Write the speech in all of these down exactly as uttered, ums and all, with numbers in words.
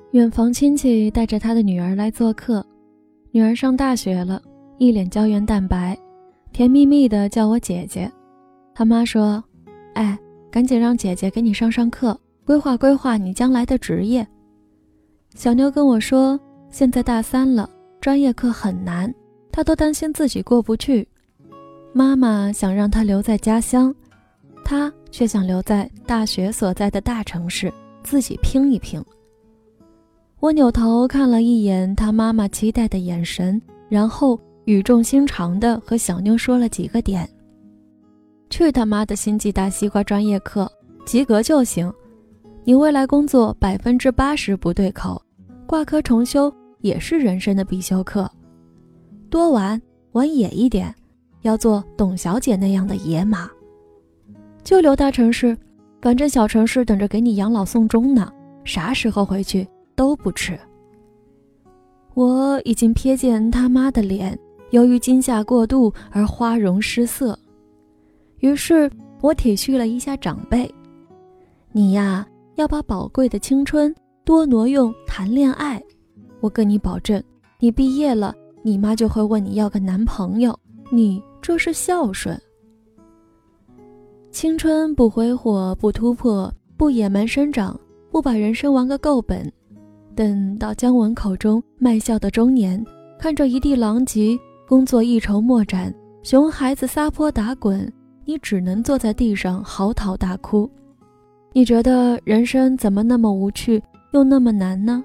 远房亲戚带着他的女儿来做客，女儿上大学了，一脸胶原蛋白，甜蜜蜜的叫我姐姐。他妈说，哎，赶紧让姐姐给你上上课，规划规划你将来的职业。小妞跟我说，现在大三了，专业课很难，她都担心自己过不去。妈妈想让她留在家乡，她却想留在大学所在的大城市，自己拼一拼。我扭头看了一眼她妈妈期待的眼神，然后语重心长地和小妞说了几个点。去他妈的星际大西瓜专业课，及格就行。你未来工作百分之八十不对口，挂科重修也是人生的必修课。多玩，玩野一点，要做董小姐那样的野马。就留大城市，反正小城市等着给你养老送终呢，啥时候回去都不迟。我已经瞥见他妈的脸由于惊吓过度而花容失色，于是我体恤了一下长辈，你呀，要把宝贵的青春多挪用谈恋爱。我跟你保证，你毕业了，你妈就会问你要个男朋友，你这是孝顺。青春不挥霍，不突破，不野蛮生长，不把人生玩个够本。等到姜文口中卖笑的中年，看着一地狼藉，工作一筹莫展，熊孩子撒泼打滚，你只能坐在地上嚎啕大哭。你觉得人生怎么那么无趣，又那么难呢？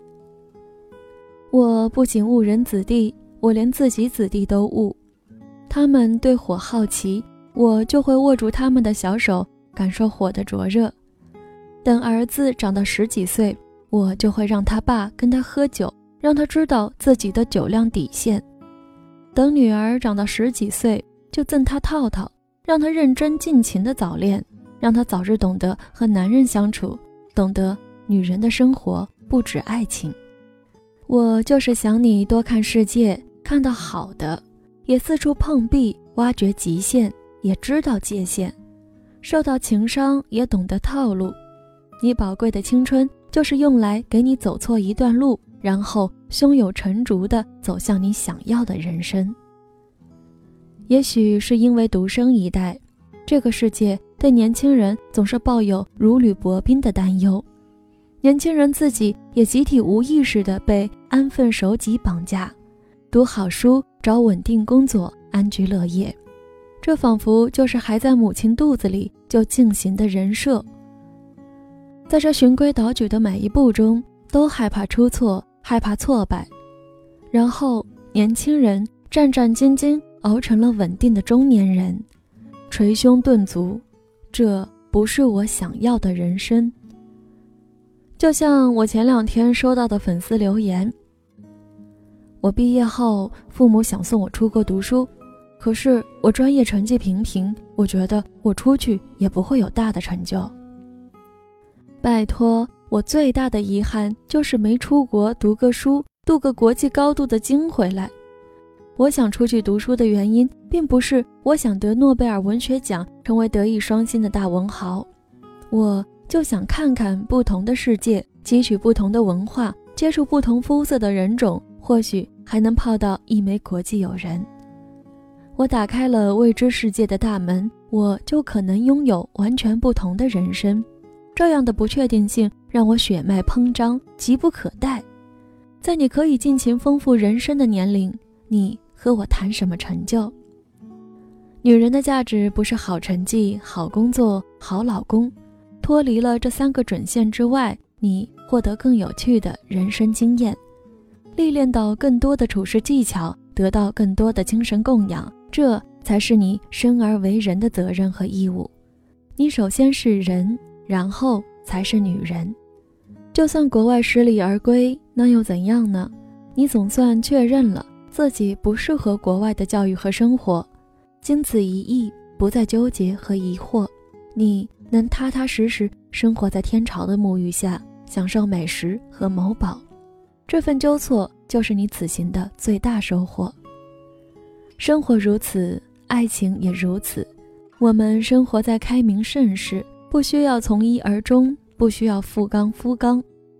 我不仅误人子弟，我连自己子弟都误。他们对火好奇，我就会握住他们的小手，感受火的灼热。等儿子长到十几岁，我就会让他爸跟他喝酒，让他知道自己的酒量底线。等女儿长到十几岁，就赠他套套，让他认真尽情的早恋，让他早日懂得和男人相处，懂得女人的生活不止爱情。我就是想你多看世界，看到好的，也四处碰壁，挖掘极限，也知道界限，受到情伤也懂得套路。你宝贵的青春就是用来给你走错一段路，然后胸有成竹地走向你想要的人生。也许是因为独生一代，这个世界对年轻人总是抱有如履薄冰的担忧，年轻人自己也集体无意识地被安分守己绑架，读好书，找稳定工作，安居乐业。这仿佛就是还在母亲肚子里就进行的人设。在这循规蹈矩的每一步中，都害怕出错，害怕挫败，然后年轻人战战兢兢熬成了稳定的中年人，捶胸顿足，这不是我想要的人生。就像我前两天收到的粉丝留言，我毕业后父母想送我出国读书，可是我专业成绩平平，我觉得我出去也不会有大的成就。拜托，我最大的遗憾就是没出国读个书，镀个国际高度的金回来。我想出去读书的原因，并不是我想得诺贝尔文学奖，成为德艺双馨的大文豪，我就想看看不同的世界，汲取不同的文化，接触不同肤色的人种，或许还能泡到一枚国际友人。我打开了未知世界的大门，我就可能拥有完全不同的人生。这样的不确定性让我血脉膨胀，急不可待。在你可以尽情丰富人生的年龄，你和我谈什么成就？女人的价值不是好成绩、好工作、好老公，脱离了这三个准线之外，你获得更有趣的人生经验，历练到更多的处事技巧，得到更多的精神供养，这才是你生而为人的责任和义务。你首先是人，然后才是女人。就算国外十里而归，那又怎样呢？你总算确认了自己不适合国外的教育和生活，经此一役，不再纠结和疑惑，你能踏踏实实生活在天朝的沐浴下，享受美食和某宝。这份纠错就是你此行的最大收获。生活如此，爱情也如此。我们生活在开明盛世，不需要从一而终，不需要复刚夫刚，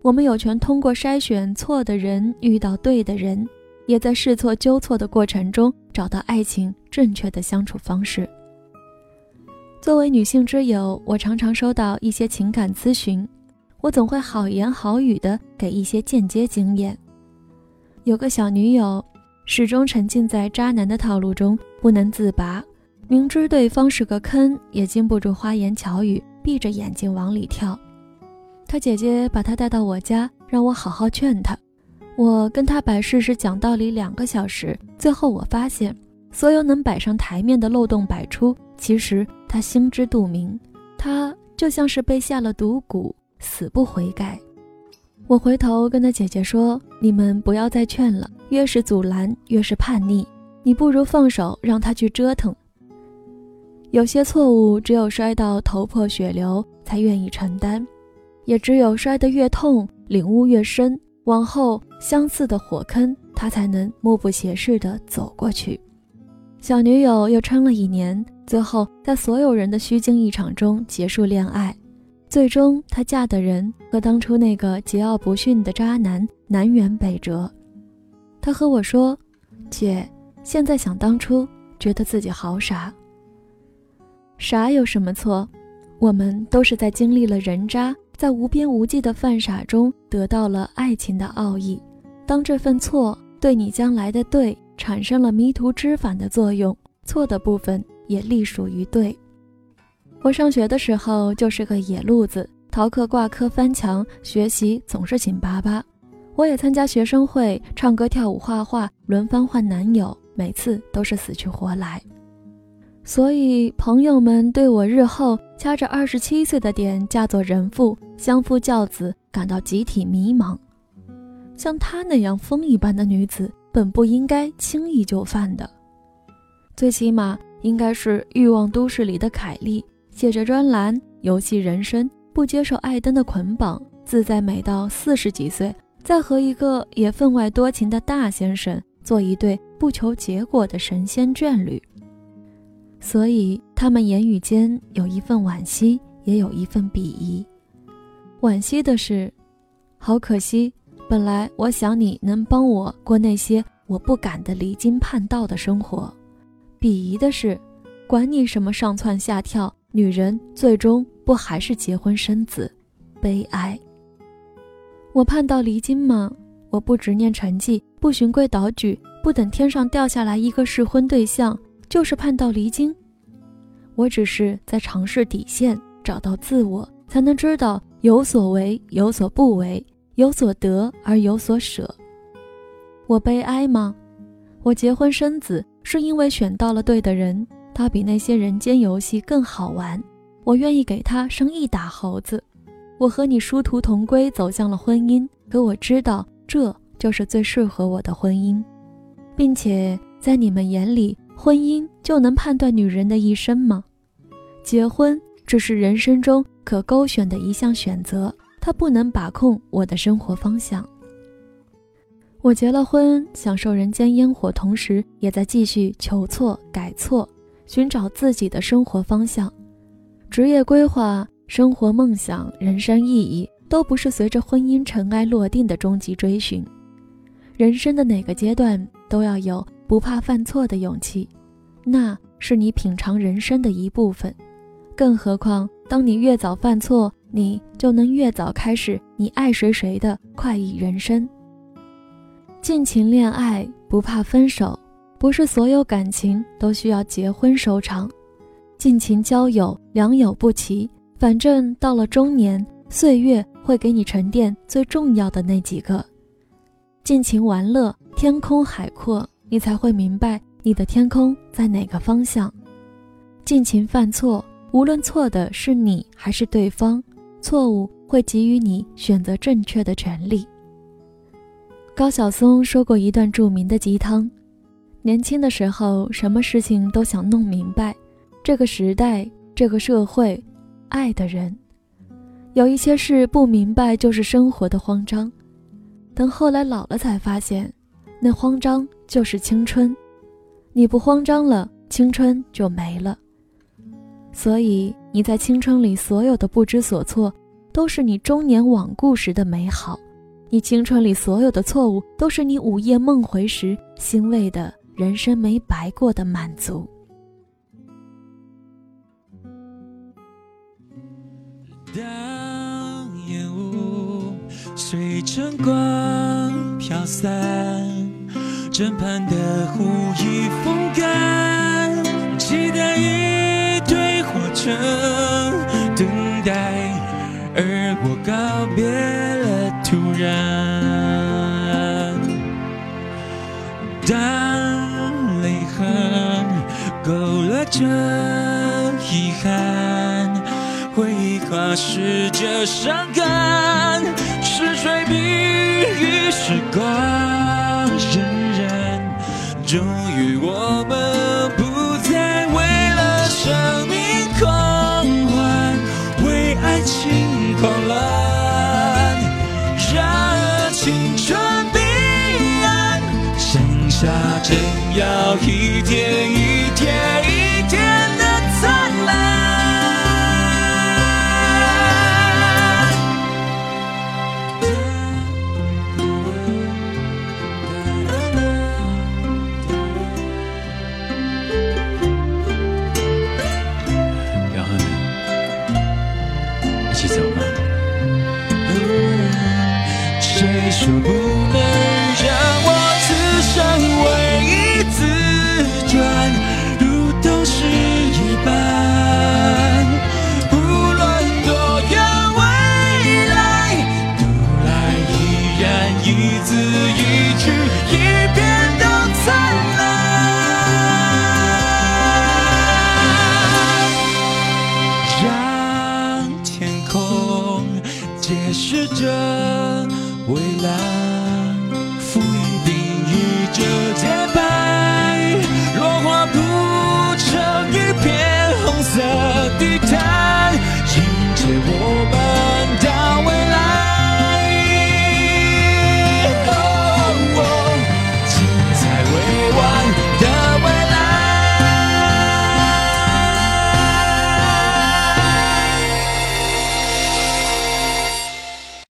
我们有权通过筛选错的人遇到对的人，也在试错纠错的过程中找到爱情正确的相处方式。作为女性之友，我常常收到一些情感咨询，我总会好言好语地给一些间接经验。有个小女友始终沉浸在渣男的套路中不能自拔，明知对方是个坑，也禁不住花言巧语，闭着眼睛往里跳。她姐姐把她带到我家，让我好好劝她。我跟她摆事实讲道理两个小时，最后我发现所有能摆上台面的漏洞百出，其实她心知肚明，她就像是被下了毒蛊，死不悔改。我回头跟她姐姐说，你们不要再劝了，越是阻拦越是叛逆，你不如放手让她去折腾。有些错误只有摔到头破血流才愿意承担，也只有摔得越痛，领悟越深，往后相似的火坑他才能目不斜视地走过去。小女友又撑了一年，最后在所有人的虚惊一场中结束恋爱。最终她嫁的人和当初那个桀骜不驯的渣男南辕北辙。她和我说，姐，现在想当初觉得自己好傻。傻有什么错？我们都是在经历了人渣，在无边无际的犯傻中得到了爱情的奥义。当这份错对你将来的对产生了迷途知返的作用，错的部分也隶属于对。我上学的时候就是个野路子，逃课挂科翻墙，学习总是紧巴巴。我也参加学生会，唱歌跳舞画画，轮番换男友，每次都是死去活来。所以朋友们对我日后掐着二十七岁的点嫁作人妇，相夫教子感到集体迷茫。像她那样风一般的女子本不应该轻易就范的，最起码应该是欲望都市里的凯莉，写着专栏，游戏人生，不接受艾登的捆绑，自在美到四十几岁，再和一个也分外多情的大先生做一对不求结果的神仙眷侣。所以他们言语间有一份惋惜，也有一份鄙夷。惋惜的是，好可惜，本来我想你能帮我过那些我不敢的离经叛道的生活。鄙夷的是，管你什么上蹿下跳，女人最终不还是结婚生子？悲哀。我叛道离经吗？我不执念成绩，不循规蹈矩，不等天上掉下来一个适婚对象，就是叛道离经？我只是在尝试底线，找到自我，才能知道有所为，有所不为，有所得而有所舍。我悲哀吗？我结婚生子是因为选到了对的人，他比那些人间游戏更好玩，我愿意给他生一打猴子。我和你殊途同归，走向了婚姻，可我知道这就是最适合我的婚姻，并且在你们眼里，婚姻就能判断女人的一生吗？结婚只是人生中可勾选的一项选择，它不能把控我的生活方向。我结了婚，享受人间烟火，同时也在继续求错改错，寻找自己的生活方向。职业规划、生活梦想、人生意义，都不是随着婚姻尘埃落定的终极追寻。人生的哪个阶段都要有不怕犯错的勇气，那是你品尝人生的一部分。更何况当你越早犯错，你就能越早开始你爱谁谁的快意人生。尽情恋爱，不怕分手，不是所有感情都需要结婚收场。尽情交友，良莠不齐，反正到了中年，岁月会给你沉淀最重要的那几个。尽情玩乐，天空海阔，你才会明白你的天空在哪个方向。尽情犯错，无论错的是你还是对方，错误会给予你选择正确的权利。高晓松说过一段著名的鸡汤，年轻的时候什么事情都想弄明白，这个时代，这个社会，爱的人，有一些事不明白就是生活的慌张，等后来老了才发现，那慌张就是青春，你不慌张了，青春就没了。所以你在青春里所有的不知所措， 都是你中年罔顾时的美好，你青春里所有的错误，都是你午夜梦回时欣慰的人生没白过的满足。 当烟雾随晨光飘散，枕畔的湖已风干，期待一堆火车等待，而我告别了突然。当泪痕勾勒着遗憾，回忆跨逝着伤感，是谁比喻时光荏苒，终于我们不再为了生命狂欢，为爱情狂乱，让青春彼岸，剩下正要一天一天一天的灿烂。谁说不能让我此生唯一自转，如同是一般，不论多远未来，读来依然一字一句一遍都灿烂，让天空解释着蔚蓝，浮云定义着